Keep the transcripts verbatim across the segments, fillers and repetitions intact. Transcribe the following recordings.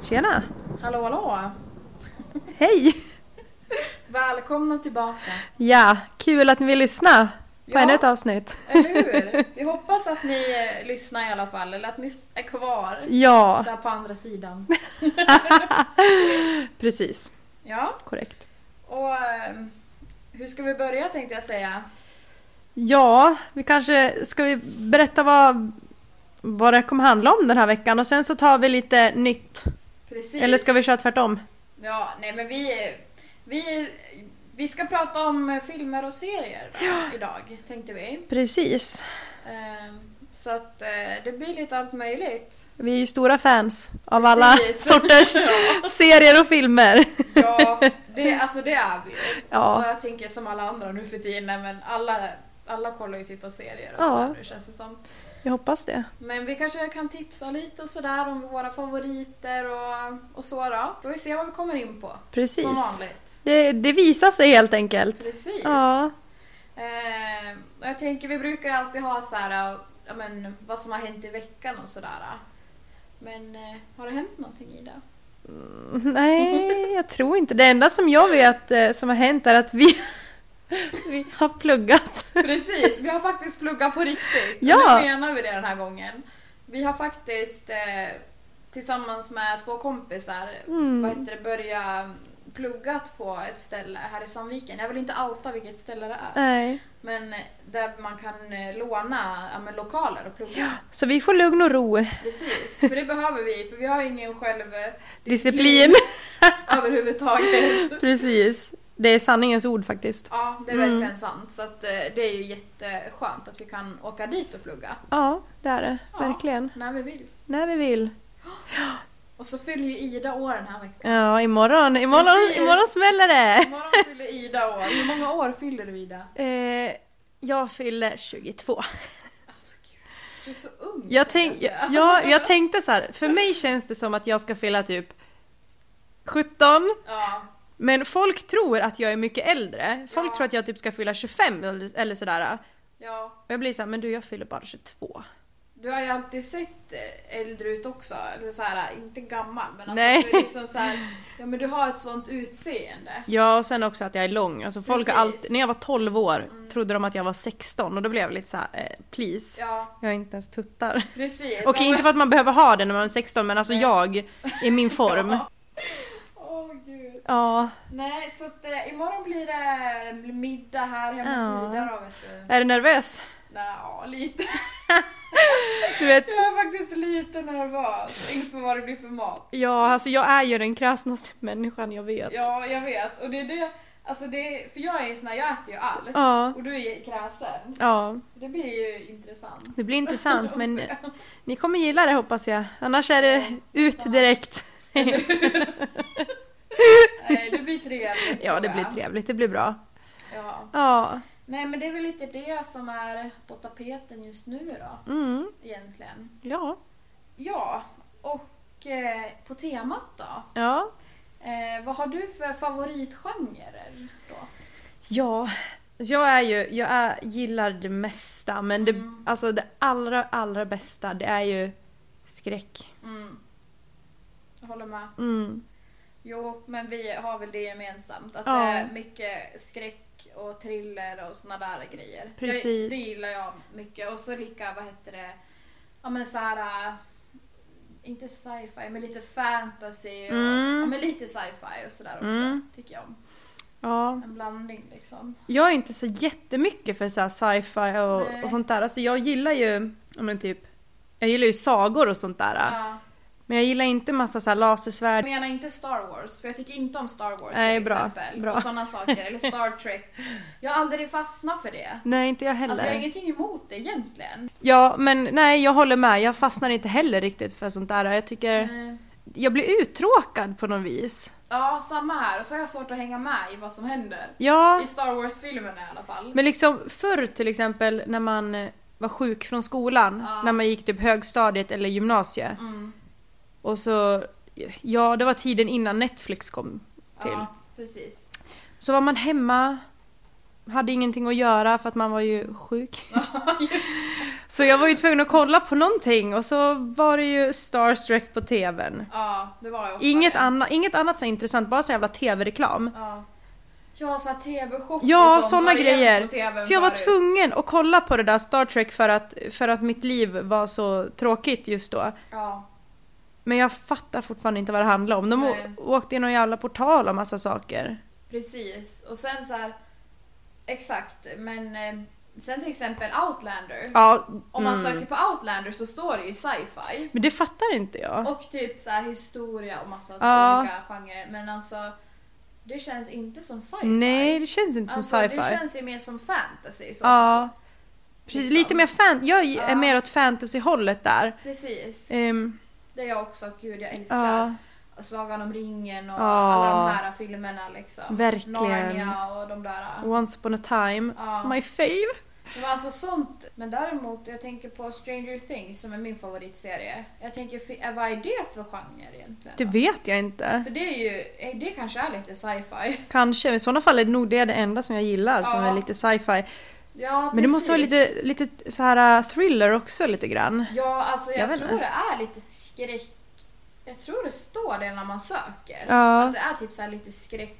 Tjena! Hallå, hallå! Hej! Välkomna tillbaka! Ja, kul att ni vill lyssna på Ja, ännu ett avsnitt. Eller hur? Vi hoppas att ni eh, lyssnar i alla fall, eller att ni är kvar Ja, där på andra sidan. precis. Ja, Korrekt. och eh, hur ska vi börja tänkte jag säga? Ja, vi kanske ska vi berätta vad, vad det kommer handla om den här veckan och sen så tar vi lite nytt. Precis. Eller ska vi köra tvärtom? Ja, nej men vi, vi, vi ska prata om filmer och serier då, Ja. idag, tänkte vi. Precis. Eh, så att eh, det blir lite allt möjligt. Vi är ju stora fans av Precis. alla sorters Ja. serier och filmer. Ja, det, alltså det är vi. Ja. Och jag tänker som alla andra nu för tiden, men alla, alla kollar ju typ på serier och Ja. sådär nu känns det som. Jag hoppas det. Men vi kanske kan tipsa lite och sådär om våra favoriter och, och så då. Då vi se vad vi kommer in på. Som Precis. vanligt. Det, det visar sig helt enkelt. Precis. Ja. Eh, och jag tänker, vi brukar ju alltid ha så här, ja, men, vad som har hänt i veckan och sådär. Men eh, har det hänt någonting i det? Nej, jag tror inte. Det enda som jag vet eh, som har hänt är att vi, vi har pluggat. Precis, vi har faktiskt pluggat på riktigt. Ja. Nu menar vi det den här gången. Vi har faktiskt eh, tillsammans med två kompisar Mm. vad heter det, börjat pluggat på ett ställe här i Sandviken. Jag vill inte outa vilket ställe det är. Nej. Men där man kan eh, låna ja, men, lokaler och plugga. Så vi får lugn och ro. Precis, för det behöver vi. För vi har ingen självdisciplin Disciplin. överhuvudtaget. Precis. Det är sanningens ord faktiskt. Ja, det är Mm. verkligen sant. Så att, eh, det är ju jätteskönt att vi kan åka dit och plugga. Ja, det är det. Ja. Verkligen. När vi vill. När vi vill. Och så fyller ju Ida år den här veckan. Ja, imorgon. Imorgon, Precis. imorgon smäller det. Imorgon fyller Ida år. Hur många år fyller du, Ida? Eh, jag fyller tjugotvå. Alltså gud, du är så ung. Jag, kan tänk, säga. ja, jag tänkte så här. För mig känns det som att jag ska fylla typ sjutton. Ja, Men folk tror att jag är mycket äldre. Folk Ja. tror att jag typ ska fylla tjugofem eller, eller sådär. ja. Och jag blir så här, men du, jag fyller bara tjugotvå. Du har ju alltid sett eh, äldre ut också. Eller så här, inte gammal, men alltså Nej. du är liksom så här, ja men du har ett sånt utseende. Ja, och sen också att jag är lång. Alltså folk har Precis. alltid, när jag var tolv år trodde de att jag var sexton. Och då blev jag lite så här, eh, please. Ja, Jag har inte ens tuttar. precis. Okej, Ja, inte för att man behöver ha det när man är sexton, men alltså Nej. jag i min form. Ja. Åh gud. Ja. Nej, så att eh, imorgon blir det middag här hemma hos Ja. Ida då, vet du. Är du nervös? Nej, ja, lite. Du vet, Jag är faktiskt lite nervös inför vad det blir för mat. ja, alltså jag är ju den kräsnaste människan jag vet. Ja, jag vet. Och det är det, alltså det, för jag är ju sån här, jag äter ju allt. Ja. Och du är kräsen. Ja, Så det blir ju intressant. det blir intressant, Får men se. ni kommer gilla det hoppas jag. Annars är det ut direkt. Nej, det blir trevligt. Ja, det tror blir jag. trevligt, det blir bra. Ja. Ja, Nej, men det är väl lite det som är på tapeten just nu då, mm, egentligen. ja, Ja, och eh, på temat då. ja. Eh, vad har du för favoritgenrer då? Ja, jag är ju, jag är, gillar det mesta, men det, Mm. alltså det allra, allra bästa, det är ju skräck. Mm. Jag håller med. Mm. Jo, men vi har väl det gemensamt. Att Ja. det är mycket skräck och thriller och såna där grejer. Precis. Jag, det gillar jag mycket. Och så lika, vad heter det? Ja men så här, äh, inte sci-fi, men lite fantasy. Och, Mm. ja, men lite sci-fi och sådär också. Mm. Tycker jag om. Ja. En blandning liksom. Jag är inte så jättemycket för så här sci-fi och, Nej. och sånt där. Alltså jag gillar ju, ja men typ, jag gillar ju sagor och sånt där. Ja. Men jag gillar inte massa så här lasersvärd. Jag menar inte Star Wars, för jag tycker inte om Star Wars Nej, till bra, exempel. bra. Och sådana saker. Eller Star Trek. Jag har aldrig fastnat för det. Nej, inte jag heller. Alltså jag har ingenting emot det egentligen. Ja, men nej, jag håller med. Jag fastnar inte heller riktigt för sånt där. Jag tycker, Nej. jag blir uttråkad på något vis. Ja, samma här. Och så har jag svårt att hänga med i vad som händer. Ja, I Star Wars-filmerna i alla fall. men liksom förr till exempel när man eh, var sjuk från skolan. Ja. När man gick typ högstadiet eller gymnasiet. Mm. Och så, ja, det var tiden innan Netflix kom till. Ja, precis. Så var man hemma hade ingenting att göra för att man var ju sjuk. Så jag var ju tvungen att kolla på någonting och så var det ju Starstruck på tvn. Ja, det var ju också Inget, det. anna, inget annat så intressant, bara så jävla tv-reklam. Ja. Jag så här tv-shop Ja, och sånt såna var det jämt grejer. på T V:n Så jag var förut. tvungen att kolla på det där Star Trek för att, för att mitt liv var så tråkigt just då. Ja. Men jag fattar fortfarande inte vad det handlar om. De Nej. å- åkte in någon jävla portal och massa saker. Precis. Och sen så här. Exakt. Men eh, sen till exempel Outlander. Ja, Om man mm. söker på Outlander så står det ju sci-fi. Men det fattar inte jag. Och typ så här historia och massa Ja. olika genrer. Men alltså, det känns inte som sci-fi. Nej, det känns inte som alltså, sci-fi. Det känns ju mer som fantasy i så Ja, fall. precis. Liksom. Lite mer fan. Jag är Ja. mer åt fantasy-hållet där. Precis. Um, Det är jag också. Gud, jag älskar ja, Sagan om ringen och Ja. alla de här filmerna liksom. Verkligen. Narnia och de där. Once upon a time. Ja. My fave. Det var alltså sånt. Men däremot, jag tänker på Stranger Things som är min favoritserie. Jag tänker, fi- vad är det för genre egentligen? Det då? vet jag inte. För det är ju, eh, det kanske är lite sci-fi. Kanske, men i sådana fall är det nog det, det enda som jag gillar som Ja. är lite sci-fi. Ja, Men det måste vara precis. lite, lite så här uh, thriller också lite grann. Ja, alltså jag, Jag vet tror inte. det är lite skräck. Jag tror det står det när man söker. Ja. Att det är typ så här lite skräck,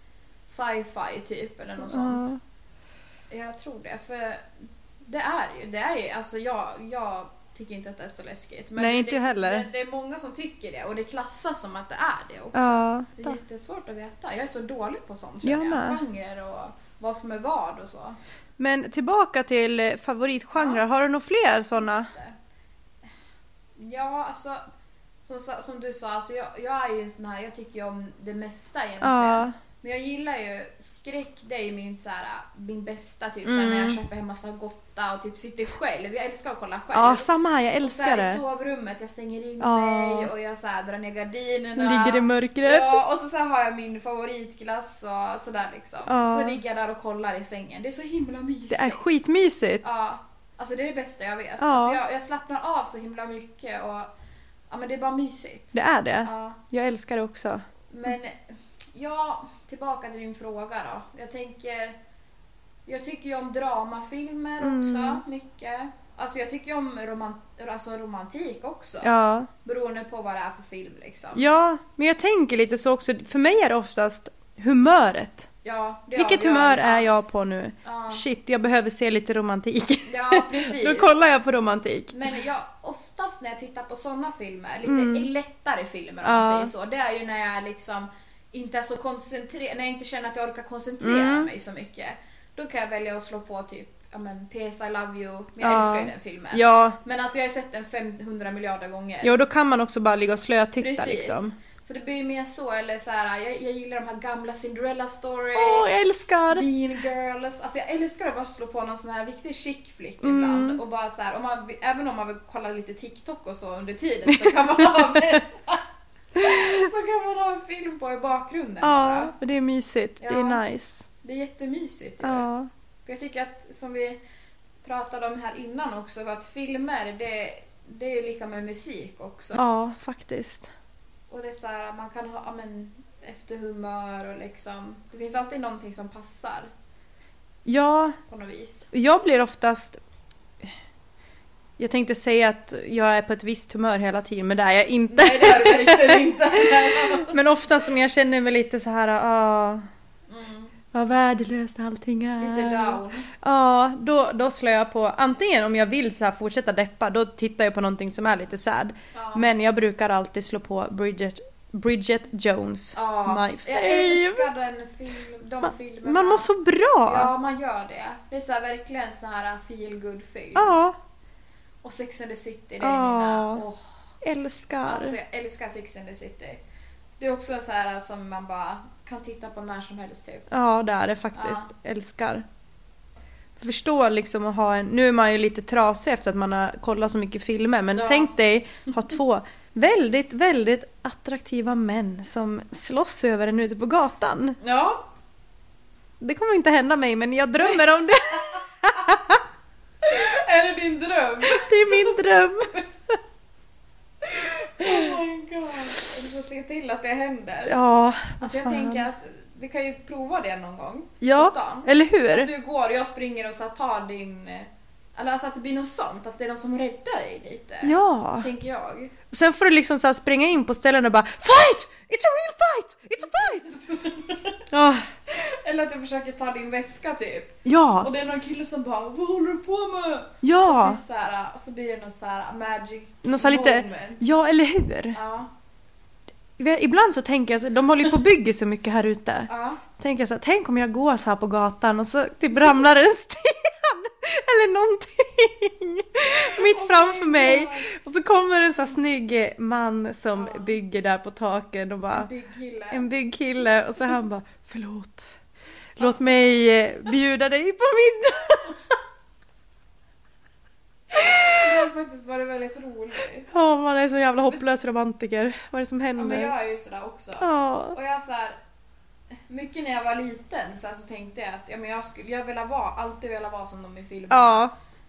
sci-fi typ eller något sånt. Jag tror det, för det är ju, det är ju, alltså jag, jag tycker inte att det är så läskigt. Men Nej, det, inte heller. Det, det är många som tycker det och det klassas som att det är det också. Ja, Det är jättesvårt att veta. Jag är så dålig på sånt. Jag känner med. Genre och vad som är vad och så. men tillbaka till eh, favoritgenrer. Har du några fler sådana? Just det. Ja, alltså som, sa- som du sa, alltså jag, jag är ju en sån här, jag tycker ju om det mesta egentligen. Ja. Men jag gillar ju skräck, det är ju min, så här, min bästa typ, Mm. så här, när jag köper hem massa gotta och typ sitter själv. Jag älskar att kolla själv. Ja, samma här. Jag Och så älskar här, i det. sovrummet, jag stänger in Ja. mig och jag så här, drar ner gardinerna. Ligger i mörkret. Ja, och så, så här, har jag min favoritglass och sådär liksom. Ja. Så ligger jag där och kollar i sängen. Det är så himla mysigt. Det är skitmysigt. Ja, alltså det är det bästa jag vet. Ja. Alltså jag, jag slappnar av så himla mycket och ja, men det är bara mysigt. Det är det. Ja, Jag älskar det också. men ja, tillbaka till din fråga då. Jag tänker, jag tycker ju om dramafilmer också Mm. mycket. Alltså jag tycker om roman, alltså romantik också. Ja. Beroende på vad det är för film liksom. Ja, men jag tänker lite så också. För mig är det oftast humöret. Ja, det Vilket avgör humör ju är allt. jag på nu? Ja, Shit, jag behöver se lite romantik. ja precis. Då kollar jag på romantik. Men jag, oftast när jag tittar på såna filmer, lite Mm. lättare filmer om man Ja. säger så, det är ju när jag liksom inte är så koncentrerad, när jag inte känner att jag orkar koncentrera Mm. mig så mycket. Då kan jag välja att slå på typ, ja men P S I Love You, men jag Ja. älskar ju den filmen. Ja, Men alltså jag har ju sett den femhundra miljarder gånger. ja, då kan man också bara ligga och slötitta Precis. liksom. Så det blir ju mer så, eller så här, jag, jag gillar de här gamla Cinderella story. Åh, jag älskar! Mean Girls, alltså jag älskar att bara slå på någon sån här riktig chick flick Mm. ibland och bara så här, om man, även om man vill kolla lite TikTok och så under tiden så kan man ha så kan man ha en film på i bakgrunden Ja, bara. men det är mysigt. Det Ja. är nice. Det är jättemysigt ju. Ja. För jag tycker att, som vi pratade om här innan också, för att filmer det, det är lika med musik också. Ja, faktiskt. Och det är så här, man kan ha, ja, men, efter humör och liksom, det finns alltid någonting som passar Ja, på något vis. jag blir oftast... Jag tänkte säga att jag är på ett visst humör hela tiden, men det är jag inte. Nej, det är det verkligen inte. Men oftast om jag känner mig lite så här, ah, Mm. vad värdelöst allting är. Lite down. Ja, då, då slår jag på, antingen om jag vill så här fortsätta deppa, då tittar jag på någonting som är lite sad. Ja. Men jag brukar alltid slå på Bridget, Bridget Jones. Ja, My jag fave. älskar den film, de Man, filmerna. man mår så bra. Ja, man gör det. Det är så här, verkligen så här feel good film. Ja, Och Sex and the City, det är Ja. mina... Åh, älskar. alltså jag älskar Sex and the City. Det är också så här som man bara kan titta på när som helst typ. Ja, det är det faktiskt. Älskar. Förstå liksom att ha en... Nu är man ju lite trasig efter att man har kollat så mycket filmer. Men Ja. tänk dig ha två väldigt, väldigt attraktiva män som slåss över en ute på gatan. Ja. Det kommer inte hända mig, men jag drömmer om det. Är det din dröm? Det är min dröm. Oh my god. Du får se till att det händer. Ja, Alltså jag fan. tänker att vi kan ju prova det någon gång. Ja, på stan. eller hur? Att du går och jag springer och så här tar din... Eller alltså att det blir något sånt, att det är någon som räddar dig lite. Ja. Tänker jag. Sen får du liksom så här springa in på ställen och bara fight! It's a real fight! It's a fight! Ja. Eller att du försöker ta din väska typ. Ja. Och det är någon kille som bara, vad håller du på med? Ja. Och, typ så här, och så blir det något så här magic något så här lite, moment. ja eller hur? Ja. Ibland så tänker jag så, de håller ju på att bygga så mycket här ute. Ja. Tänker jag så här, tänk om jag går så här på gatan och så typ ramlar en sten eller någonting mitt Oh framför my mig. God. Och så kommer en så här snygg man som Ja. bygger där på taken och bara En big kille. en byggkille och så han bara förlåt. Låt Alltså. mig eh, bjuda dig på middag. Det har faktiskt varit väldigt roligt. Ja, man är så jävla hopplös romantiker. Vad är det som Ja, händer? men jag är ju sådär också. Ja. Och jag så här, mycket när jag var liten så, här, så tänkte jag att ja, men jag skulle jag ville vara alltid vilja vara som de i filmen. Ja,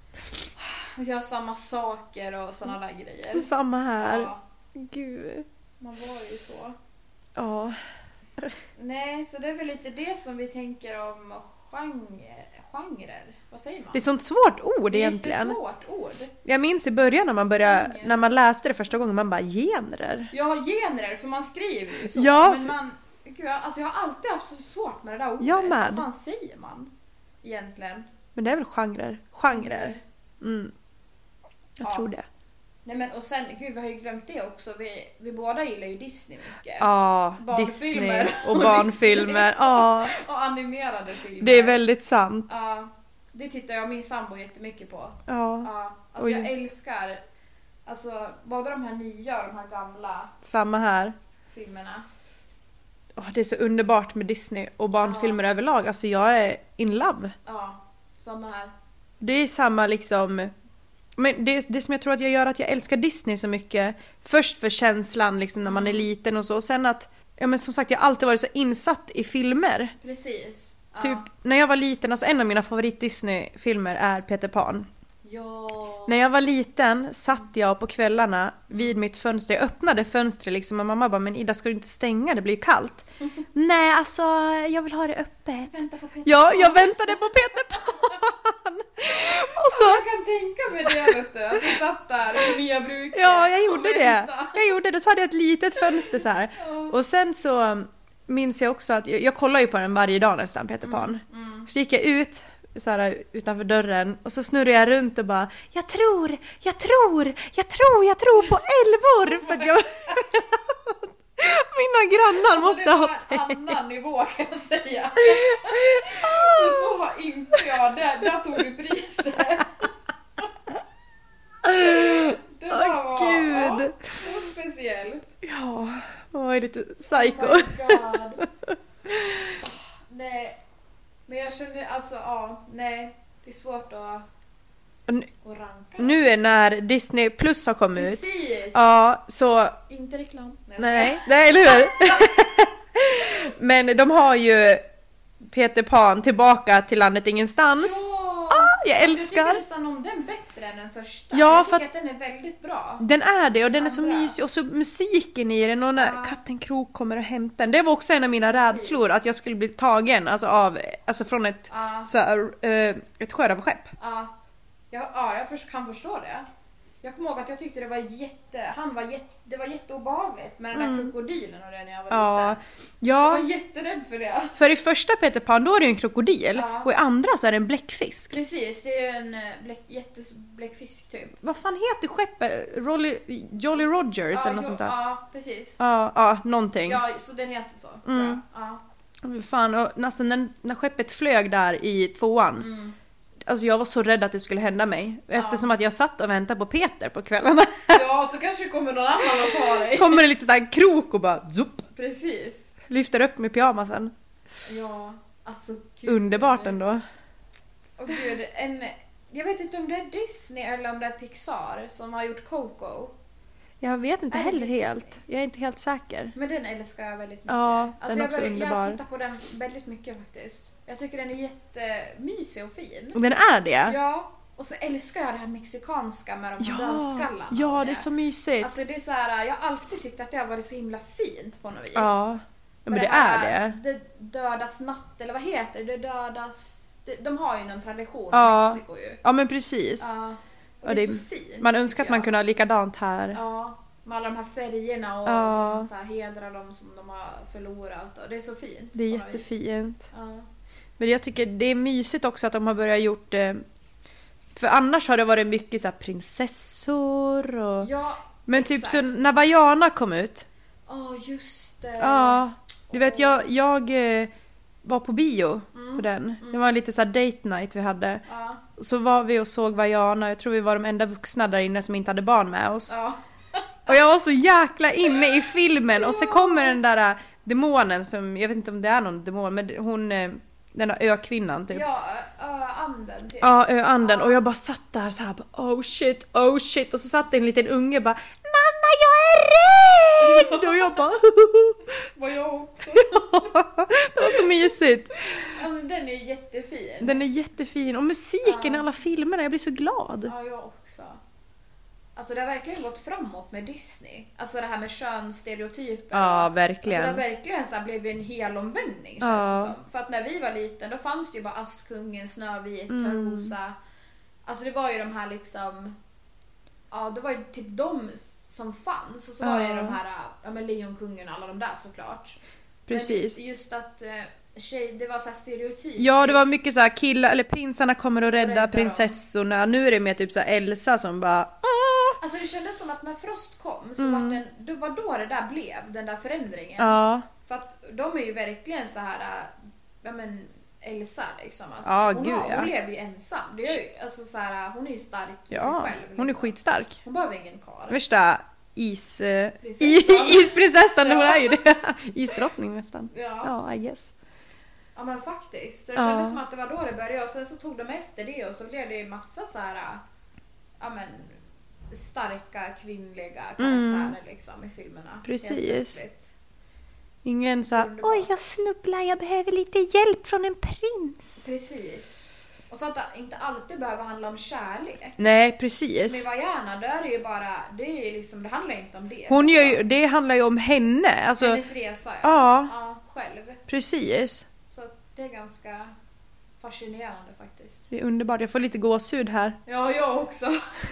Och göra samma saker och såna där grejer. samma här. Ja, Gud. man var ju så. Ja. Nej, så det är väl lite det som vi tänker om genre, genrer. Vad säger man? Det är ett sånt svårt ord Det är egentligen. ett svårt ord. Jag minns i början när man började, Genre. när man läste det första gången, man bara genrer. Ja, genrer, för man skriver ju så. Ja. Men man, gud, jag, alltså jag har alltid haft så svårt med det där ordet. Jag med. Vad fan säger man egentligen? Men det är väl genrer? Genrer. Mm. Jag Ja. tror det. Nej men och sen, gud vi har ju glömt det också. Vi, vi båda gillar ju Disney mycket. Ja, Barnfilmer Disney och och barnfilmer. Ja, Och animerade filmer. det är väldigt sant. Ja, det tittar jag och min sambo jättemycket på. Ja, Ja, alltså Oj. jag älskar alltså både de här nya och de här gamla samma här. filmerna. Åh, det är så underbart med Disney och barnfilmer överlag. Alltså jag är in love. Ja, samma här. Det är samma liksom. Men det, det som jag tror att jag gör att jag älskar Disney så mycket. Först för känslan liksom när man är liten och så. Och sen att, ja men som sagt jag har alltid varit så insatt i filmer. Precis. Ja. Typ när jag var liten, alltså en av mina favorit Disney-filmer är Peter Pan. Ja. När jag var liten satt jag på kvällarna vid mitt fönster. Jag öppnade fönstret liksom och mamma bara, men Ida ska du inte stänga, det blir kallt. Nej, alltså jag vill ha det öppet. Vänta på Peter Ja, Pan. jag väntade på Peter Pan. Och så, Jag kan tänka mig det, vet du. Att du satt där i nya bruket. ja, jag och gjorde det. väntade. Jag gjorde det, så hade jag ett litet fönster så här. Och sen så minns jag också att jag, jag kollar ju på den varje dag nästan, Peter Pan. Mm. Så gick jag ut så här, utanför dörren och så snurrade jag runt och bara jag tror, jag tror, jag tror, jag tror på älvor för att jag mina grannar Alltså, måste det ha var en tänkt. annan nivå kan jag säga. Men så har inte jag. Där, där tog du priset. Det där Åh, var, Gud. ja, det var speciellt. Ja, man var ju lite Oh psycho. my God. Nej, men jag känner alltså, ja, nej. Det är svårt att, Nu- att ranka. Nu är när Disney Plus har kommit ut. Precis. Ja, så Inte reklam. Nej, jag nej, nej eller hur? Men de har ju Peter Pan tillbaka till landet ingenstans. Ja! Jag Jag älskar. tycker nästan om den bättre än den första. Ja, jag för tycker att den är väldigt bra. Den är det och den är så Andra. mysig och så musiken i den och när Ja. Kapten Krok kommer och hämtar den. Det var också en av mina Precis. rädslor att jag skulle bli tagen alltså av alltså från ett Ja, så här, eh, ett sjörövarskepp. ja. Ja, ja jag först, kan förstå det. Jag kommer ihåg att jag tyckte det var jätte, han var jätte, det var jätteobehagligt med den där Mm. krokodilen och det när jag var Ja. liten. Jag var Ja, jätterädd för det. för i första Peter Pan då är det ju en krokodil Ja. och i andra så är det en bläckfisk. Precis, det är en eh, bläck, jättebläckfisk typ. Vad fan heter skeppet? Rolly, Jolly Rogers Ja, eller något jo, sånt där? ja, precis. Ja, ja, någonting. Ja, så den heter så. tror Mm. jag. Ja. Fan, och alltså, när, när skeppet flög där i tvåan, Mm. alltså jag var så rädd att det skulle hända mig. Eftersom att jag satt och väntade på Peter på kvällarna. Ja, så kanske det kommer någon annan att ta dig. Kommer det lite såhär krok och bara zup, Precis. lyfter upp med pyjamasen. Ja, alltså gud. Underbart ändå. Och gud, en, jag vet inte om det är Disney eller om det är Pixar som har gjort Coco. Jag vet inte Är det heller Disney? helt. Jag är inte helt säker. Men den älskar jag väldigt mycket. Ja, den alltså är jag, också börjar- underbar. jag tittar på den väldigt mycket faktiskt. Jag tycker den är jättemysig och fin. Och den är det? Ja, och så älskar jag det här mexikanska med de här Ja, dödskallarna. ja och det är så mysigt. Alltså det är så här, jag har alltid tyckt att det har varit så himla fint på något vis. Ja, Ja, men det är det. Det dödas natt, eller vad heter det? Det dödas... De, de har ju någon tradition ja. i Mexiko ju. Ja, men precis. Ja. Och ja, det är det, så fint. Man önskar att man kunde ha likadant här. Ja, med alla de här färgerna och ja. de så här hedrar dem som de har förlorat. Och det är så fint. Det är jättefint. Ja. Men jag tycker det är mysigt också att de har börjat gjort det. För annars har det varit mycket så här prinsessor och... Ja, men exakt. typ så när Vaiana kom ut. Ja, oh, just det. Ja, du vet jag, jag eh, var på bio mm. på den. Mm. Det var lite så här date night vi hade. Ja. Och så var vi och såg Vaiana. Jag tror vi var de enda vuxna där inne som inte hade barn med oss. Ja. Och jag var så jäkla inne i filmen. Och så kommer den där demonen som, jag vet inte om det är någon demon, men hon, den där ökvinnan typ. Ja, ö-anden typ. Ja, öanden. Ja. Och jag bara satt där så här, oh shit, oh shit. Och så satt en liten unge bara, mamma jag är rädd! Och jag bara, var jag också. det var så mysigt. Ja, men den är jättefin. Den är jättefin. Och musiken ja. i alla filmerna, jag blir så glad. Ja, jag också. Alltså det har verkligen gått framåt med Disney. Alltså det här med könsstereotyper. Ja, verkligen. Alltså det har verkligen så här blivit en hel omvändning, känns ja. det som. För att när vi var liten, då fanns det ju bara Askungen, Snövit, Mm. Törnrosa. Alltså det var ju de här liksom... Ja, det var ju typ de som fanns. Och så var ja. ju de här, ja men Lejonkungen och alla de där såklart. Precis. Men just att... Tjej, det var så här stereotypiskt. Ja, det var mycket så här killar, eller prinsarna kommer att rädda, rädda prinsessorna. Dem. Nu är det mer typ så här Elsa som bara... Aah! Alltså det kändes som att när Frost kom så Mm. var den, det var då det där blev, den där förändringen. Ja. För att de är ju verkligen så här, ja men Elsa liksom. Att Ja, hon, gud, har, ja. hon lever ju ensam. Det är ju, alltså så här, hon är ju stark i Ja, sig själv. Liksom. hon är skitstark. Hon behöver ingen karl. Värsta is... Eh, Prinsessan. isprinsessan, Ja. hon är ju det. Isdrottning nästan. Ja. Ja, I guess. Ja men faktiskt. Så det Ja. kändes som att det var då det började. Och sen så tog de efter det och så blev det ju massa så här, ja men starka kvinnliga karaktärer Mm. liksom i filmerna. Precis. Helt plötsligt. Ingen så här, Underbart. oj jag snubblar, jag behöver lite hjälp från en prins. Precis. Och så att det inte alltid behöver handla om kärlek. Nej, Som i precis. Vaiana, då är det ju bara, det är ju liksom, det handlar inte om det. Hon gör ju, det handlar ju om henne. Alltså, Hennes resa, ja. ja. Själv. precis. Så det är ganska fascinerande faktiskt. Det är underbart, jag får lite gåshud här. Ja, jag också.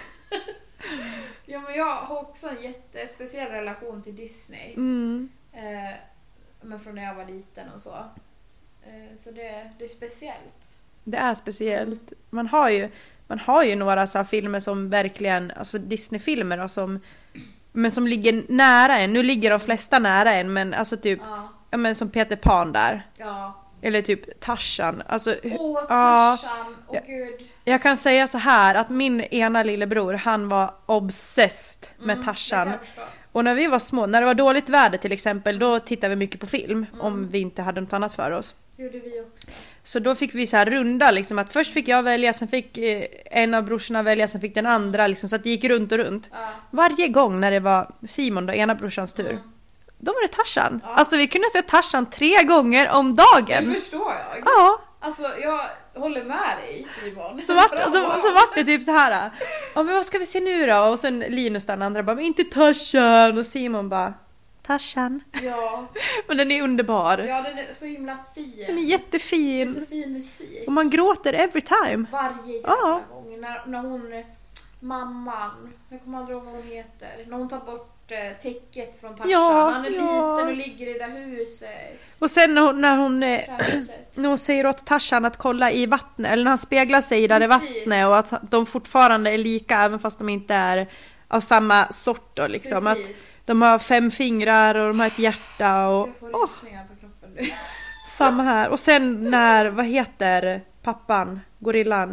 Ja, men jag har också en jättespeciell relation till Disney. Mm. Eh, men från när jag var liten och så. Eh, så det, det är speciellt. Det är speciellt. Man har ju, man har ju några så här filmer som verkligen, alltså Disney-filmer då, som, men som ligger nära en. Nu ligger de flesta nära en, men alltså typ, Ja. ja, men som Peter Pan där. Ja. Eller typ Tarzan. Alltså, Åh, ja, Tarzan. Åh Ja. gud. jag kan säga så här att min ena lillebror, han var obsessed med Mm, Tarzan. det kan jag förstå. Och när vi var små, när det var dåligt väder till exempel, då tittade vi mycket på film. Mm. Om vi inte hade något annat för oss. Det gjorde vi också. Så då fick vi så här runda liksom, att först fick jag välja, sen fick eh, en av brorsorna välja, sen fick den andra liksom, så att det gick runt och runt. Ja. Varje gång när det var Simon då, ena brorsans tur, Mm. då var det Tarzan. Ja. Alltså vi kunde se Tarzan tre gånger om dagen. Det förstår jag. Ja, Alltså jag håller med dig Simon. så vart, Bra. så, så vart det typ så här. Ja, men vad ska vi se nu då? Och sen Linus den andra bara, men inte Tarzan. Och Simon bara, Tarzan. Ja. Men den är underbar. Ja, den är så himla fin. Den är Det är jättefin. så fin musik. Och man gråter every time. Varje jävla Ja. gång. När, när hon, mamman, jag kommer aldrig ihåg vad hon heter. När hon tar bort eh, täcket från Tarzan. Ja, Han är ja. liten och ligger i det där huset. Och sen när hon, när hon, eh, Trähuset. när hon säger åt Tarzan att kolla i vattnet, eller när han speglar sig där i Precis. vattnet, och att de fortfarande är lika även fast de inte är av samma sort då, liksom. Att Precis. de har fem fingrar och de har ett hjärta och Jag får åh, rysningar på kroppen nu. samma här. Och sen när, vad heter pappan, gorillan?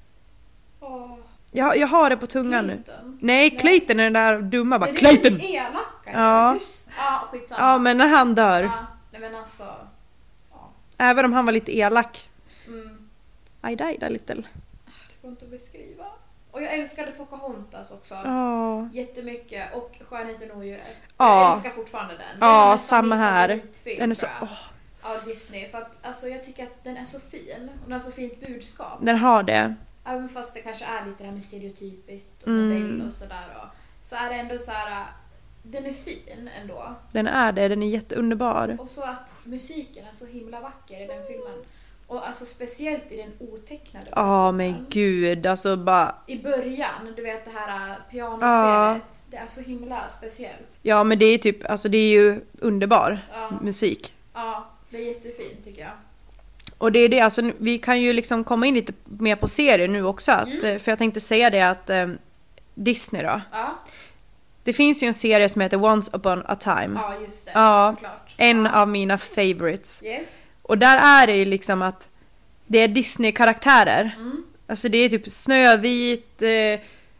Åh, Jag, jag har det på tungan nu. Clayton. Nej, Clayton är den där dumma bara, Nej, det är Clayton! den elaka. Ja. Just, ja, skitsamma. Ja, men när han dör, Ja, nej men alltså. Ja. även om han var lite elak, Mm. I died a little. Det går inte att beskriva. Och jag älskade Pocahontas också. Ja. Jättemycket. Och Skönheten och odjuret. Ja. Jag älskar fortfarande den. Den Ja, är nästan samma min här. favoritfilm, Den är så, tror jag, åh, av Disney. För att alltså, jag tycker att den är så fin. Och den har så fint budskap. den har det. Även fast det kanske är lite det här med stereotypiskt och Mm. modell och sådär. Och, så är det ändå så här. den är fin ändå. Den är det, den är jätteunderbar. Och så att musiken är så himla vacker i den filmen. Och alltså speciellt i den otecknade. Ja, oh, men gud, alltså bara... I början, du vet det här pianospelet, ja. Det är så himla speciellt. Ja, men det är typ, alltså det är ju underbar ja. musik. Ja, det är jättefint tycker jag. Och det är det, alltså vi kan ju liksom komma in lite mer på serier nu också. Att, mm. För jag tänkte säga det att eh, Disney då. Ja. Det finns ju en serie som heter Once upon a time. Ja, just det. Ja, såklart. En ja. av mina favorites. Yes. Och där är det ju liksom att det är Disney-karaktärer. Mm. Alltså det är typ Snövit, eh,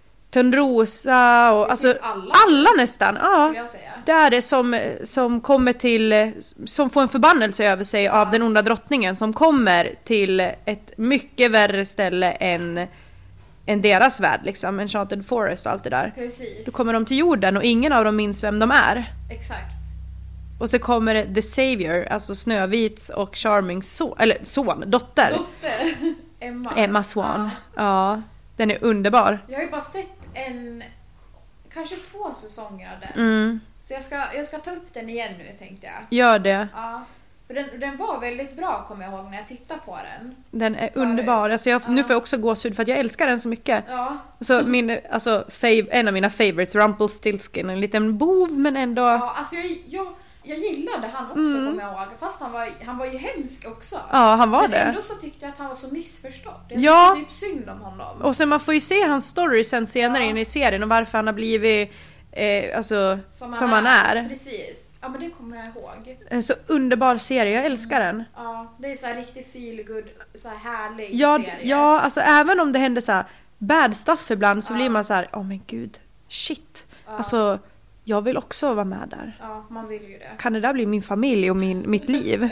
Törnrosa och alltså typ alla. alla nästan. Ja. Skulle jag säga. Det är det som, som kommer till, som får en förbannelse över sig ja. av den onda drottningen som kommer till ett mycket värre ställe än, än deras värld liksom, Enchanted Forest och allt det där. Precis. Då kommer de till jorden och ingen av dem minns vem de är. Exakt. Och så kommer det The Savior, alltså Snövits och Charmings son, eller son, dotter. Dotter. Emma. Emma Swan. Ja. ja, den är underbar. Jag har ju bara sett en, kanske två säsonger av den. Mm. Så jag ska, jag ska ta upp den igen nu tänkte jag. Gör det. Ja. För den, den var väldigt bra kommer jag ihåg när jag tittade på den. Den är underbar. Alltså jag, ja. Nu får jag också gåshud för att jag älskar den så mycket. Ja. Så min, alltså, fav, en av mina favorites, Rumpelstiltskin, en liten bov men ändå... Ja, alltså jag, jag, jag gillade han också mm. kommer jag ihåg. Fast han var, han var ju hemsk också. Ja, han var men det. Men ändå så tyckte jag att han var så missförstådd. Jag ja. tyckte typ synd om honom. Och sen man får ju se hans story sen senare ja. in i serien och varför han har blivit... Eh, alltså, som han, som han är. är. Precis. Ja, men det kommer jag ihåg. En så underbar serie, jag älskar mm. den. Ja, det är så här riktigt feel good, så här härlig ja, serie. Ja, alltså även om det händer så här bad stuff ibland så ja. blir man så här, åh oh, men gud, shit. Ja. Alltså, jag vill också vara med där. Ja, man vill ju det. Kan det där bli min familj och min, mitt liv?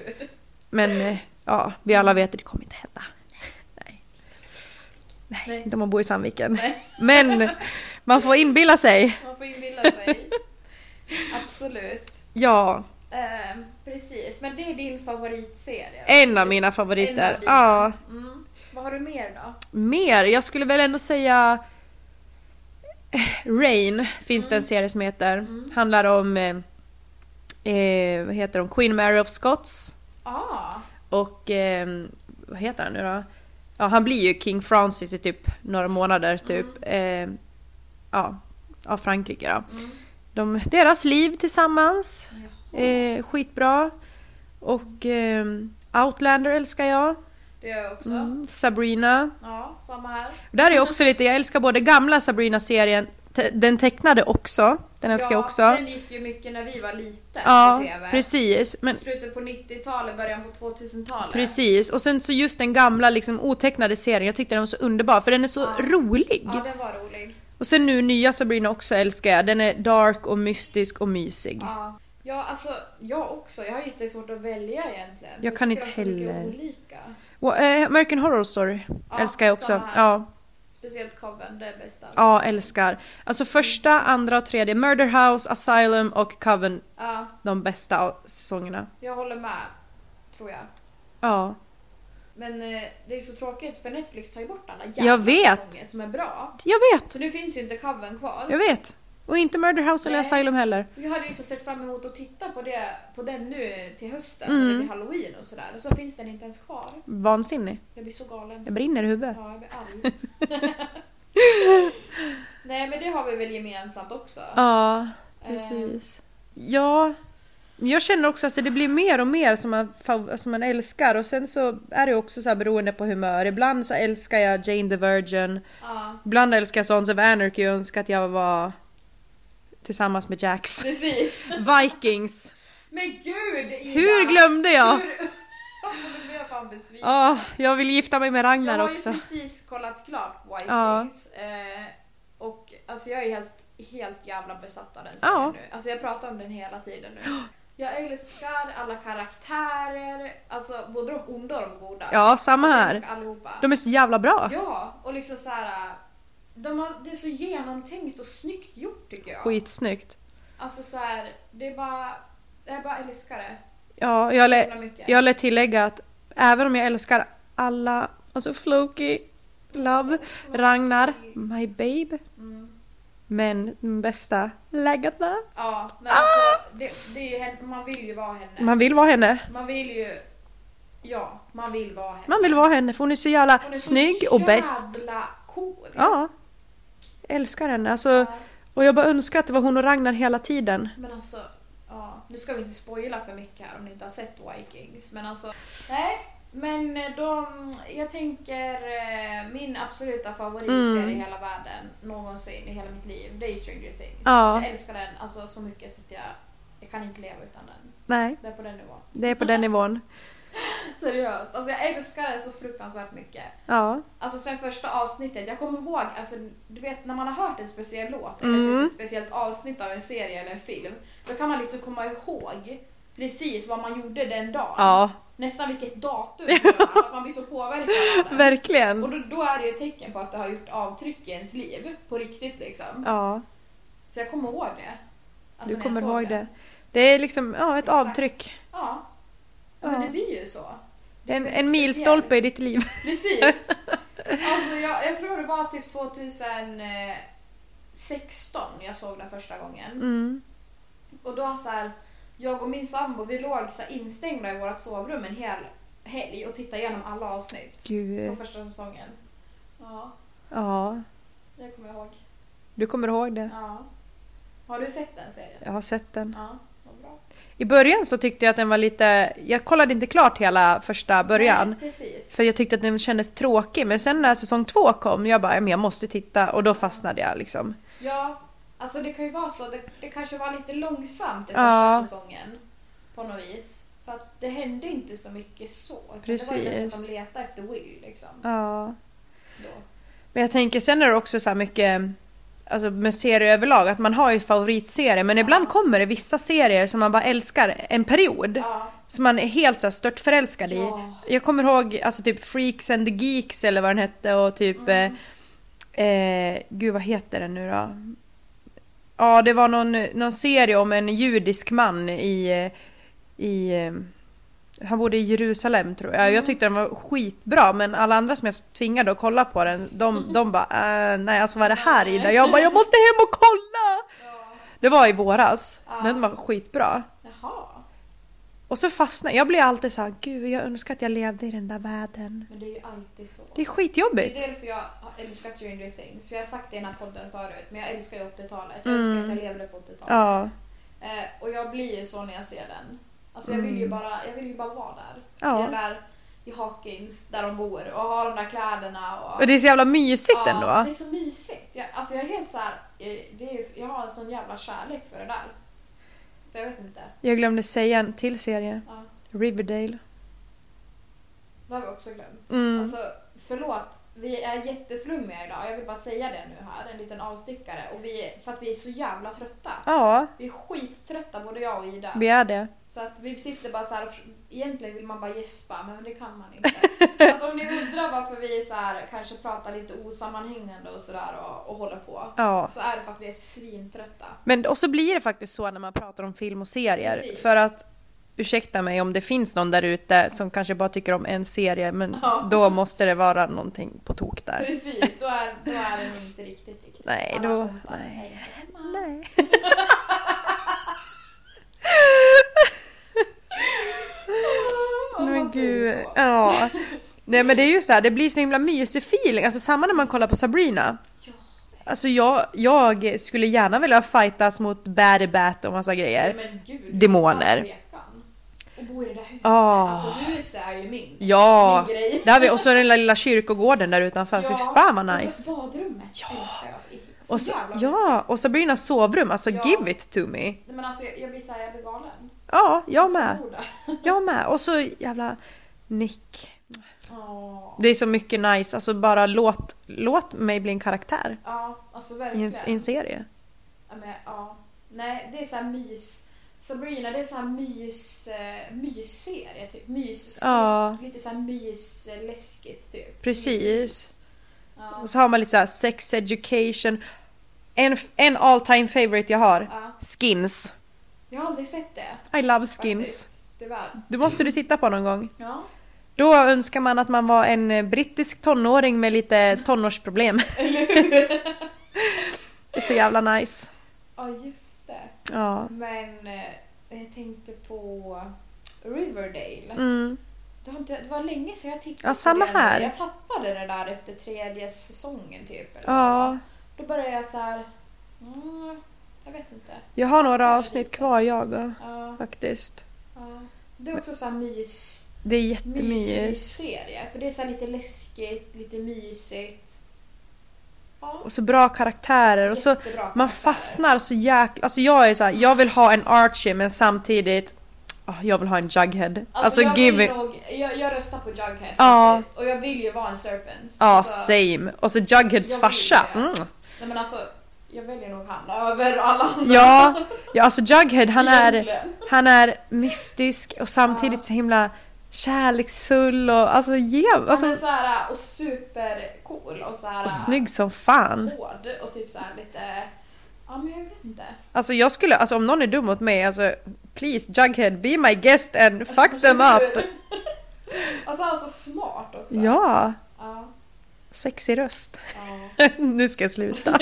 Men ja, vi alla vet att det kommer inte hända. Nej. Nej, Nej. inte om man bor i Sandviken. Nej. Men man får inbilla sig. Man får inbilla sig. Absolut. Ja. Eh, precis, men det är din favoritserie. En av mina favoriter. Av ja. Mm. Vad har du mer då? Mer? Jag skulle väl ändå säga Rain finns mm. det en serie som heter. Mm. Handlar om eh, eh, vad heter de? Queen Mary of Scots. Ah. Och eh, vad heter han nu då? Ja, han blir ju King Francis i typ några månader typ. Mm. Eh, ja, av Frankrike då. Mm. De, deras liv tillsammans. Eh, skitbra. Och eh, Outlander älskar jag. Det gör jag också. Mm, Sabrina. Ja, samma här. Där är också lite, jag älskar både gamla Sabrina-serien, te- den tecknade också. Den älskar ja, jag också. Den gick ju mycket när vi var lite ja, på tv. Precis. Men, slutet på nittiotalet, början på tvåtusentalet. Precis. Och sen så just den gamla liksom otecknade serien, jag tyckte den var så underbar för den är så ja. rolig. Ja, den var rolig. Och sen nu nya Sabrina också älskar jag. Den är dark och mystisk och mysig. Ja. Ja, alltså jag också. Jag har jättesvårt att välja egentligen. Jag, jag kan inte heller. Olika. Well, uh, American Horror Story ja, älskar jag också. Ja. Speciellt Coven, det är bästa. Ja, älskar. Alltså första, andra och tredje. Murder House, Asylum och Coven. Ja. De bästa säsongerna. Jag håller med, tror jag. Ja. Men eh, det är så tråkigt för Netflix tar ju bort alla jävla jag vet. säsonger som är bra. Jag vet. Så nu finns ju inte Coven kvar. Jag vet. Och inte Murder House eller Asylum heller. Jag hade ju så sett fram emot att titta på, det, på den nu till hösten. Mm. Eller till Halloween och sådär. Och så finns den inte ens kvar. Vansinnig. Jag blir så galen. Jag brinner i huvudet. Ja, jag blir arg. Nej, men det har vi väl gemensamt också. Ja, precis. Eh. Ja, jag känner också att det blir mer och mer som man, som man älskar. Och sen så är det också så här beroende på humör. Ibland så älskar jag Jane the Virgin. Ja. Ibland älskar jag Sons of Anarchy och önskar att jag var tillsammans med Jax. Precis. Vikings. Men gud, Ida. Hur glömde jag? Hur... Alltså, nu blir jag fan besviken. Ja, jag vill gifta mig med Ragnar också. Jag har ju precis kollat klart Vikings. Ja. Eh, och alltså jag är helt, helt jävla besatt av den serien ja. nu. Alltså jag pratar om den hela tiden nu. Jag älskar alla karaktärer. Alltså både de onda och de goda. Ja, samma här. Allihopa. De är så jävla bra. Ja, och liksom så här. De har, det är så genomtänkt och snyggt gjort tycker jag. Skitsnyggt. Alltså så här, det är bara, jag bara älskar det. Ja, jag, lä- jag lät tillägga att även om jag älskar alla, alltså Floki, Love, Ragnar, My Babe. Mm. Men min bästa, Lagatha. Ja, men ah! alltså, det, det är ju henne, man vill ju vara henne. Man vill vara henne. Man vill ju, ja, man vill vara henne. Man vill vara henne, för hon är så jävla hon är så snygg och bäst. jävla cool. Ja, älskar henne. Alltså, ja. Och jag bara önskar att det var hon och Ragnar hela tiden. Men alltså, ja, nu ska vi inte spoila för mycket här om ni inte har sett Vikings. Men alltså, nej. Men de, jag tänker min absoluta favoritserie mm. i hela världen någonsin i hela mitt liv, det är Stranger Things. Ja. Jag älskar den alltså så mycket så att jag, jag kan inte leva utan den. Nej. Det är på den nivån. Det är på den nivån. Seriöst. Alltså jag älskar det så fruktansvärt mycket. Ja. Alltså sen första avsnittet, jag kommer ihåg, alltså du vet när man har hört en speciell låt mm. eller sett ett speciellt avsnitt av en serie eller en film, då kan man liksom komma ihåg precis vad man gjorde den dagen. Ja. Nästan vilket datum det var, att man blir så påverkad av det. Verkligen. Och då, då är det ju ett tecken på att det har gjort avtryck i ens liv på riktigt liksom. Ja. Så jag kommer ihåg det. Alltså, du kommer ihåg det. det. Det är liksom ja, ett Exakt. avtryck. Ja. Ja, men det blir ju så. Det är en, en milstolpe i ditt liv. Precis. Alltså jag, jag tror det var typ tjugohundrasexton jag såg den första gången. Mm. Och då så här, jag och min sambo, vi låg så här instängda i vårt sovrum en hel helg och tittade igenom alla avsnitt. Gud. På första säsongen. Ja. Ja. Det kommer jag ihåg. Du kommer ihåg det? Ja. Har du sett den serien? Jag har sett den. Ja, vad bra. I början så tyckte jag att den var lite... Jag kollade inte klart hela första början. Nej, precis. För jag tyckte att den kändes tråkig. Men sen när säsong två kom, jag bara, jag måste titta. Och då fastnade jag liksom. Ja, alltså det kan ju vara så. Det, det kanske var lite långsamt i ja. första säsongen. På något vis. För att det hände inte så mycket så. Precis. Det var ju att de letade efter Will liksom. Ja. Då. Men jag tänker, sen är det också så här mycket... Alltså med serier överlag, att man har ju favoritserier. Men ja. ibland kommer det vissa serier som man bara älskar en period. Ja. Som man är helt så här stört förälskad ja. i. Jag kommer ihåg alltså typ Freaks and the Geeks eller vad den hette. Och typ... Mm. Eh, gud, vad heter den nu då? Ja, det var någon, någon serie om en judisk man i... i han bodde i Jerusalem tror jag. Mm. Jag tyckte den var skitbra, men alla andra som jag tvingade att kolla på den, de, de bara, äh, nej alltså vad är det här Ida? Jag bara, jag måste hem och kolla! Ja. Det var i våras, ja. Men den var skitbra. Jaha. Och så fastnade jag, blir alltid så här, gud jag önskar att jag levde i den där världen. Men det är ju alltid så. Det är skitjobbigt. Det är därför jag älskar Stranger Things. För jag har sagt det i den här podden förut, men jag älskar ju åttiotalet. Jag älskar mm. att jag levde på åttiotalet. Ja. Eh, och jag blir ju så när jag ser den. Alltså jag vill ju bara, jag vill ju bara vara där. Ja. I den där, i Hawkins, där de bor. Och ha de där kläderna. Och, och det är så jävla mysigt ja, ändå. Ja, det är så mysigt. Jag, alltså jag är helt så här, det är, jag har en sån jävla kärlek för det där. Så jag vet inte. Jag glömde säga en till serie. Ja. Riverdale. Det har vi också glömt. Mm. Alltså, förlåt. Vi är jätteflummiga idag. Jag vill bara säga det nu här. En liten avstickare. Och vi, för att vi är så jävla trötta. Ja. Vi är skittrötta, både jag och Ida. Vi är det. Så att vi sitter bara så här. Egentligen vill man bara gäspa, men det kan man inte. Så att om ni undrar varför vi så här, kanske pratar lite osammanhängande och sådär och, och håller på. Ja. Så är det för att vi är svintrötta. Men och så blir det faktiskt så när man pratar om film och serier. Precis. För att, ursäkta mig om det finns någon där ute som kanske bara tycker om en serie, men ja. Då måste det vara någonting på tok där. Precis, då är, då är det inte riktigt riktigt. Nej, Alla då... tomtar. Nej. Nej. Men gud, ja. Nej, men det är ju så här, det blir så himla mysig feeling. Alltså samma när man kollar på Sabrina. Alltså jag, jag skulle gärna vilja fightas mot Batty Bat och massa grejer. Men gud, demoner. Och bo i det där huset. Oh. Alltså huset är ju min, ja. min grej. Där har vi, och så den lilla, lilla kyrkogården där utanför. Ja. För fan vad nice. Och badrummet. Ja. Så och så, ja, och Sabrinas sovrum. Alltså ja. Give it to me. Men alltså jag, jag blir så här, jag blir galen. Ja, jag med. Jag med. Och så jävla Nick. Oh. Det är så mycket nice. Alltså bara låt, låt mig bli en karaktär. Ja, alltså verkligen. I en, i en serie. Ja, men, ja. Nej, det är så här mys. Sabrina, det är så här mys, uh, mysserie typ. Mys, ja. Lite så här mys, läskigt typ. Precis. Ja. Och så har man lite så här sex education. En, en all time favorite jag har. Ja. Skins. Jag har aldrig sett det. I love Skins. Du måste du titta på någon gång. Ja. Då önskar man att man var en brittisk tonåring med lite tonårsproblem. Det är så jävla nice. Ja, just det. Ja. Men eh, jag tänkte på Riverdale. Mm. Det var, det var länge sedan jag tittade Ja, på samma det. här. Jag tappade det där efter tredje säsongen typ. Eller Ja. vad. Då började jag så här. Mm, jag vet inte. Jag har några Jag avsnitt lite. kvar jag och, Ja, faktiskt. ja. Det är också så här mys, Det är mysig jättemys. serie. För det är så här lite läskigt, lite mysigt. Ja, Och så bra karaktärer. Och så jättebra man karaktärer. fastnar så jäkla... Alltså jag är så här, jag vill ha en Archie men samtidigt... ah, jag vill ha en Jughead. Alltså, Alltså, jag, give vill it... nog, jag, jag röstar på Jughead Ja. faktiskt. Och jag vill ju vara en Serpent. Ja, Alltså, same. Och så Jugheads jag vill farsa. det. Mm. Nej men alltså, jag väljer nog han över alla andra. Ja, ja, alltså Jughead han är, Egentligen. han är mystisk och samtidigt Ja. så himla kärleksfull och alltså, ge, Han är alltså så här och supercool och så här och snygg som fan. hård och typ så här lite. Ja men jag vet inte. Alltså jag skulle, alltså om någon är dum mot mig, alltså please Jughead, be my guest and fuck them up. Alltså han är så smart också. Ja, Ja. sexig röst. Ja. Nu ska jag sluta.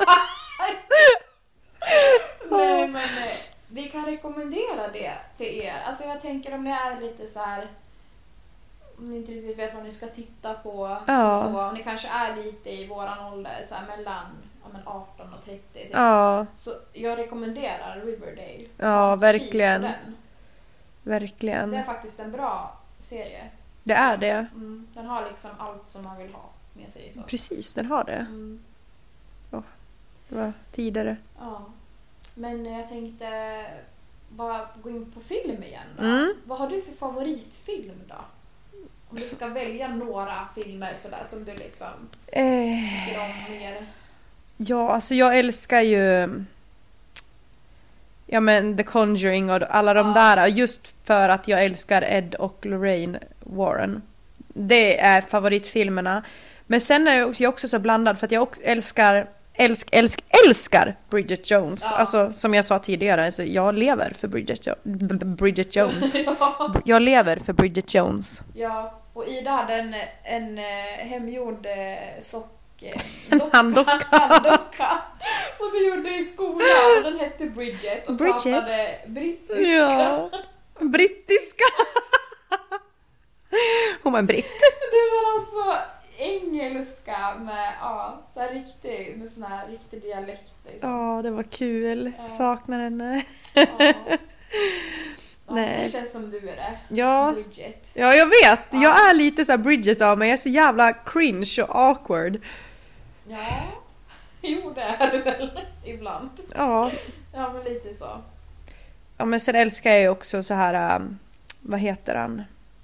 Nej men eh, vi kan rekommendera det till er. Alltså jag tänker om ni är lite så här, om ni inte riktigt vet vad ni ska titta på Ja. och så, om ni kanske är lite i våran ålder så här mellan ja, men arton och trettio typ. Ja, Så jag rekommenderar Riverdale. ja Ta verkligen, kik på den. Det verkligen. är faktiskt en bra serie. Det är det. Mm. Den har liksom allt som man vill ha med sig. Så. Precis, den har det. Mm. Det var tidigare. Ja. Men jag tänkte bara gå in på film igen då. Mm. Vad har du för favoritfilm då? Om du ska välja några filmer sådär som du liksom Eh. tycker om mer. Ja, alltså jag älskar ju ja men The Conjuring och alla de Ja. där just för att jag älskar Ed och Lorraine Warren. Det är favoritfilmerna. Men sen är jag också, jag är också så blandad för att jag också älskar älsk, älsk, älskar Bridget Jones. Ja. Alltså som jag sa tidigare, så jag lever för Bridget, jo- B- B- Bridget Jones. ja. Jag lever för Bridget Jones. ja, och Ida hade en, en eh, hemgjord eh, sock eh, En docka- handdocka. handdocka som vi gjorde i skolan och den hette Bridget och Bridget. pratade brittiska. Ja. Brittiska. Hon var en britt. Det var alltså engelska med ja, så här riktig med sån här riktig dialekt liksom. Ja, det var kul. Ja. Saknar henne. Ja. Ja, Nej. det känns som du är det. Ja. Bridget. Ja, jag vet. Ja. Jag är lite så här Bridget av mig. Jag är så jävla cringe och awkward. Ja. Jo, det är du väl ibland. Ja. Ja, men lite så. Ja, men sen älskar jag ju också så här um, vad heter han?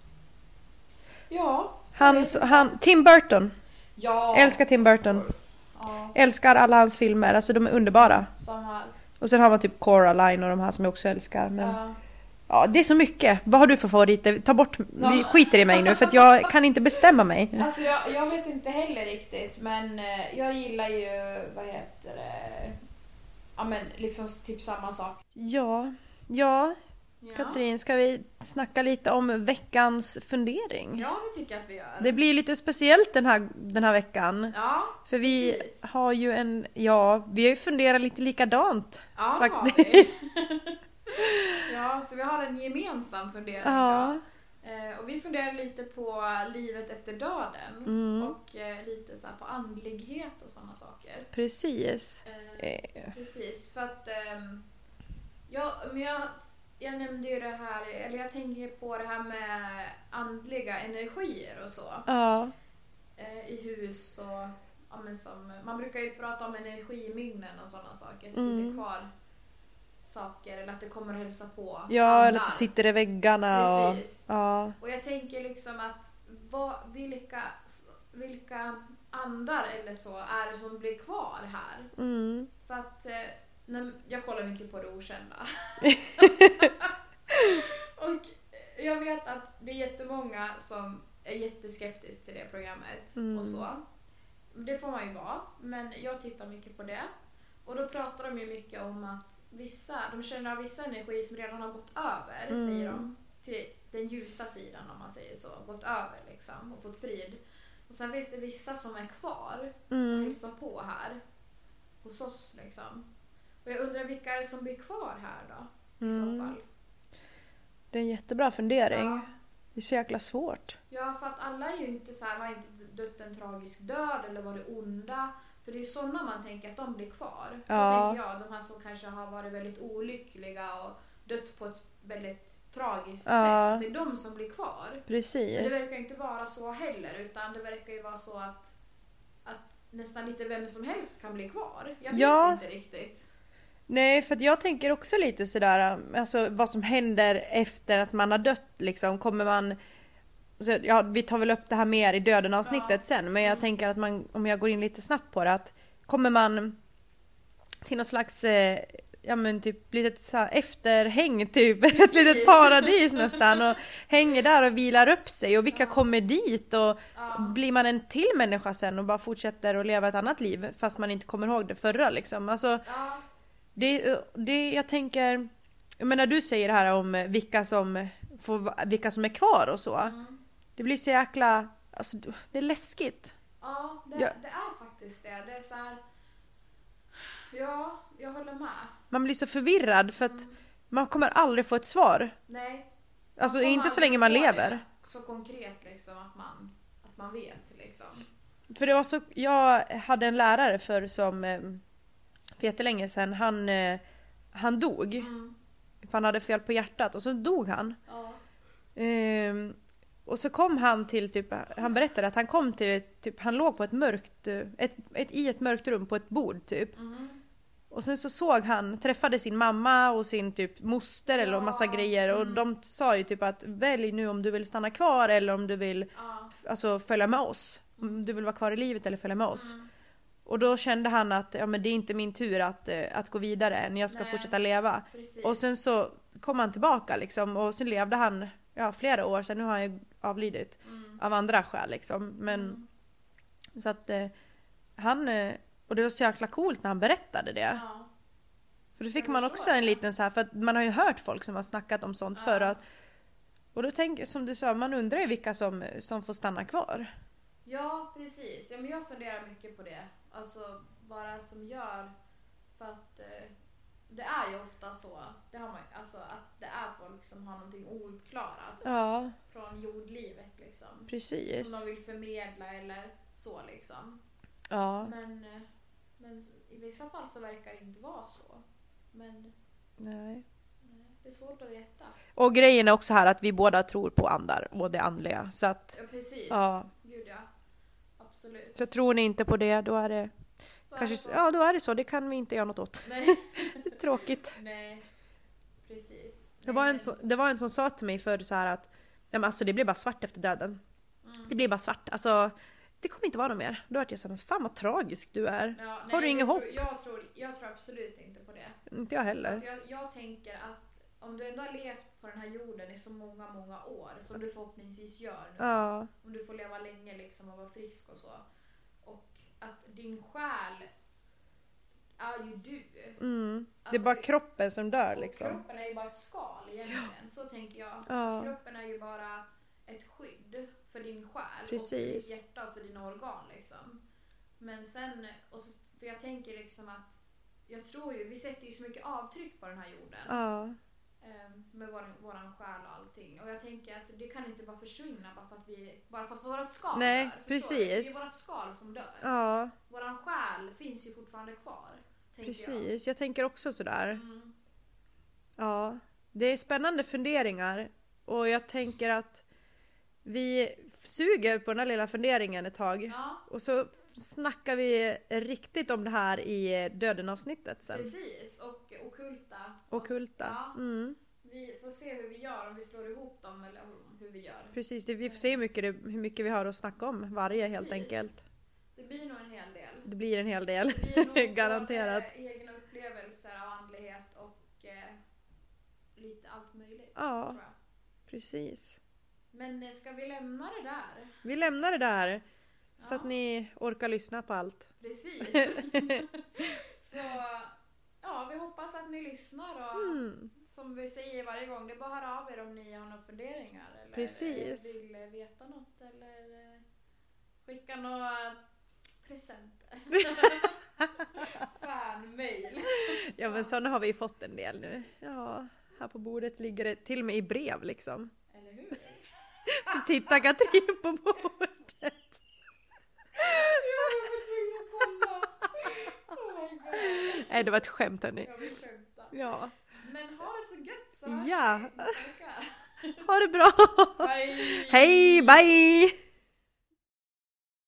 Ja. Han, jag vet inte. han Tim Burton. Ja. Älskar Tim Burton. of course. Ja, Älskar alla hans filmer. Alltså de är underbara. samma här. Och sen har man typ Coraline och de här som jag också älskar. Men Ja. ja, det är så mycket. Vad har du för favoriter? Ta bort, vi Ja. skiter i mig nu för att jag kan inte bestämma mig. Alltså jag, jag vet inte heller riktigt, men eh, jag gillar ju, vad heter det, ja men liksom typ samma sak. Ja, ja, Ja, Katrin, ska vi snacka lite om veckans fundering? ja det tycker jag att vi gör. Det blir lite speciellt den här, den här veckan. Ja, För vi precis. har ju en, ja, vi har ju funderat lite likadant. ja, det har vi. Faktiskt. Ja, så vi har en gemensam fundering Ja. då. Eh, och vi funderar lite på livet efter döden Mm. och eh, lite så här på andlighet och sådana saker. Precis. Eh, Eh, Precis, för att ehm, ja, men jag, jag nämnde ju det här, eller jag tänker på det här med andliga energier och så Ja, eh, i hus och ja, men som, man brukar ju prata om energiminnen och sådana saker, att det Mm. sitter kvar saker eller att det kommer att hälsa på ja andar. eller att det sitter i väggarna. Och, Precis. ja. Och jag tänker liksom att vad, vilka, vilka andar eller så är det som blir kvar här? Mm. För att eh, när, jag kollar mycket på det okända. Och jag vet att det är jättemånga som är jätteskeptiska till det programmet Mm. och så. Det får man ju vara, men jag tittar mycket på det. Och då pratar de ju mycket om att vissa, de känner av vissa energier som redan har gått över, Mm. säger de, till den ljusa sidan om man säger så, gått över liksom och fått frid. Och sen finns det vissa som är kvar och Mm. hälsar på här. hos oss liksom. Och jag undrar vilka är det som blir kvar här då, i Mm. så fall. Det är en jättebra fundering. Ja. Det är så jäkla svårt. Ja, för att alla är ju inte så här, har inte dött en tragisk död eller varit onda. För det är ju sådana man tänker att de blir kvar. Så Ja. tänker jag, de här som kanske har varit väldigt olyckliga och dött på ett väldigt tragiskt Ja. sätt. Att det är de som blir kvar. Men det Precis. verkar inte vara så heller, utan det verkar ju vara så att, att nästan lite vem som helst kan bli kvar. Jag vet Ja. inte riktigt. Nej, för att jag tänker också lite sådär, alltså vad som händer efter att man har dött liksom. Kommer man... Så, ja, vi tar väl upp det här mer i döden avsnittet Ja. sen, men jag Mm. tänker att man, om jag går in lite snabbt på det, att kommer man till någon slags, eh, ja men typ litet så här efterhäng typ, ett Precis. litet paradis nästan, och hänger där och vilar upp sig, och vilka Ja. kommer dit, och Ja. blir man en till människa sen och bara fortsätter att leva ett annat liv fast man inte kommer ihåg det förra liksom. Alltså, Ja. det, det jag tänker, jag menar du säger det här om vilka som, får, vilka som är kvar och så. Mm. Det blir så jäkla, alltså det är läskigt. Ja, det, Ja. det är faktiskt det. Det är så här... Ja, jag håller med. Man blir så förvirrad för att Mm. man kommer aldrig få ett svar. Nej. Alltså Man kommer inte så aldrig länge man få lever. det så konkret liksom att man, att man vet liksom. För det var så, jag hade en lärare för som eh, för jättelänge sedan, han, eh, han dog. Mm. För han hade fel på hjärtat och så dog han. Ja. Ehm, och så kom han till typ, han berättade att han kom till typ, han låg på ett mörkt, ett, ett, i ett mörkt rum på ett bord typ. Mm. Och sen så såg han, träffade sin mamma och sin typ moster eller en massa Ja, grejer, och mm. de sa ju typ att välj nu om du vill stanna kvar eller om du vill Ja. alltså, följa med oss. Om du vill vara kvar i livet eller följa med oss. Mm. Och då kände han att ja, men det är inte min tur att, eh, att gå vidare än, jag ska Nej. fortsätta leva. Precis. Och sen så kom han tillbaka liksom, och sen levde han ja, flera år, sen nu har han ju avlidit Mm. av andra skäl liksom. Men Mm. så att eh, han, eh, och det var så jäkla coolt när han berättade det. Ja. För då fick Jag man förstår också en det. liten så här, för att man har ju hört folk som har snackat om sånt Ja. förr. Att, och då tänker, som du sa, man undrar ju vilka som, som får stanna kvar. Ja, precis. Ja, men jag funderar mycket på det. Alltså, vad det är som gör. För att eh, det är ju ofta så. Det har man, alltså, att det är folk som har någonting ouppklarat Ja, från jordlivet liksom. precis. Som de vill förmedla eller så liksom. Ja, Men, eh, men i vissa fall så verkar det inte vara så. Men nej. nej, det är svårt att veta. Och grejen är också här att vi båda tror på andar och det andliga. Så att, Ja, precis. ja. Gud ja. Absolut. Så tror ni inte på det, då är det Då är kanske, det så. ja då är det så, det kan vi inte göra något åt. Nej. Det är tråkigt. Nej. Precis. Det Nej, var, en men- så, det var en som sa till mig förr så här att ja, men alltså det blir bara svart efter döden. Mm. Det blir bara svart, alltså det kommer inte vara något mer. Då vart jag så här, fan vad tragisk du är. Ja, Har du inget jag hopp? Tror, jag, tror, jag tror absolut inte på det. Inte jag För heller. att jag, jag tänker att om du ändå har levt på den här jorden i så många, många år, som du förhoppningsvis gör nu, Ja, om du får leva länge liksom och vara frisk och så, och att din själ är ju du. mm. Det är Alltså, bara kroppen som dör och liksom. kroppen är ju bara ett skal egentligen, så tänker jag. Ja. Att kroppen är ju bara ett skydd för din själ och för Precis. ditt hjärta och för dina organ liksom. Men sen, och så, för jag tänker liksom att jag tror ju, vi sätter ju så mycket avtryck på den här jorden. Ja, eh, Med vår, våran själ och allting. Och jag tänker att det kan inte bara försvinna bara för att vi, bara för att vårat skal Nej, dör. Förstår du? precis. Det är vårat skal som dör. ja, Våran själ finns ju fortfarande kvar. Tänker precis. Jag tänker också sådär. Jag. Mm. Ja, det är spännande funderingar. Och jag tänker att vi suger på den här lilla funderingen ett tag. Ja, Och så snackar vi riktigt om det här i döden-avsnittet sen. precis. Och ockulta. Ockulta. Ja. Mm. Vi får se hur vi gör, om vi slår ihop dem eller hur vi gör. Precis, det, vi får se hur mycket, det, hur mycket vi har att snacka om varje helt Precis. enkelt. Det blir nog en hel del. Det blir en hel del. Det blir nog Garanterat. både egna upplevelser av andlighet och eh, lite allt möjligt. Ja. Tror jag. Precis. Men eh, ska vi lämna det där? Vi lämnar det där. Så Ja. att ni orkar lyssna på allt. Precis. Så ja, vi hoppas att ni lyssnar och Mm. som vi säger varje gång, det är bara att höra av er om ni har några funderingar eller Precis. vill veta något eller eh, skicka några presenter. För fanmail. Ja, men sådana har vi ju fått en del nu. Ja, här på bordet ligger det till och med i brev liksom. Eller hur? Så titta Katrin på bordet. Jag var tvungen att kolla. Oh my god. Nej, det var ett skämt hörni. Jag vill skämta. Ja. Men ha det så gött så hörs Ja. vi nästa vecka. Ha det bra. Bye. Hej, bye.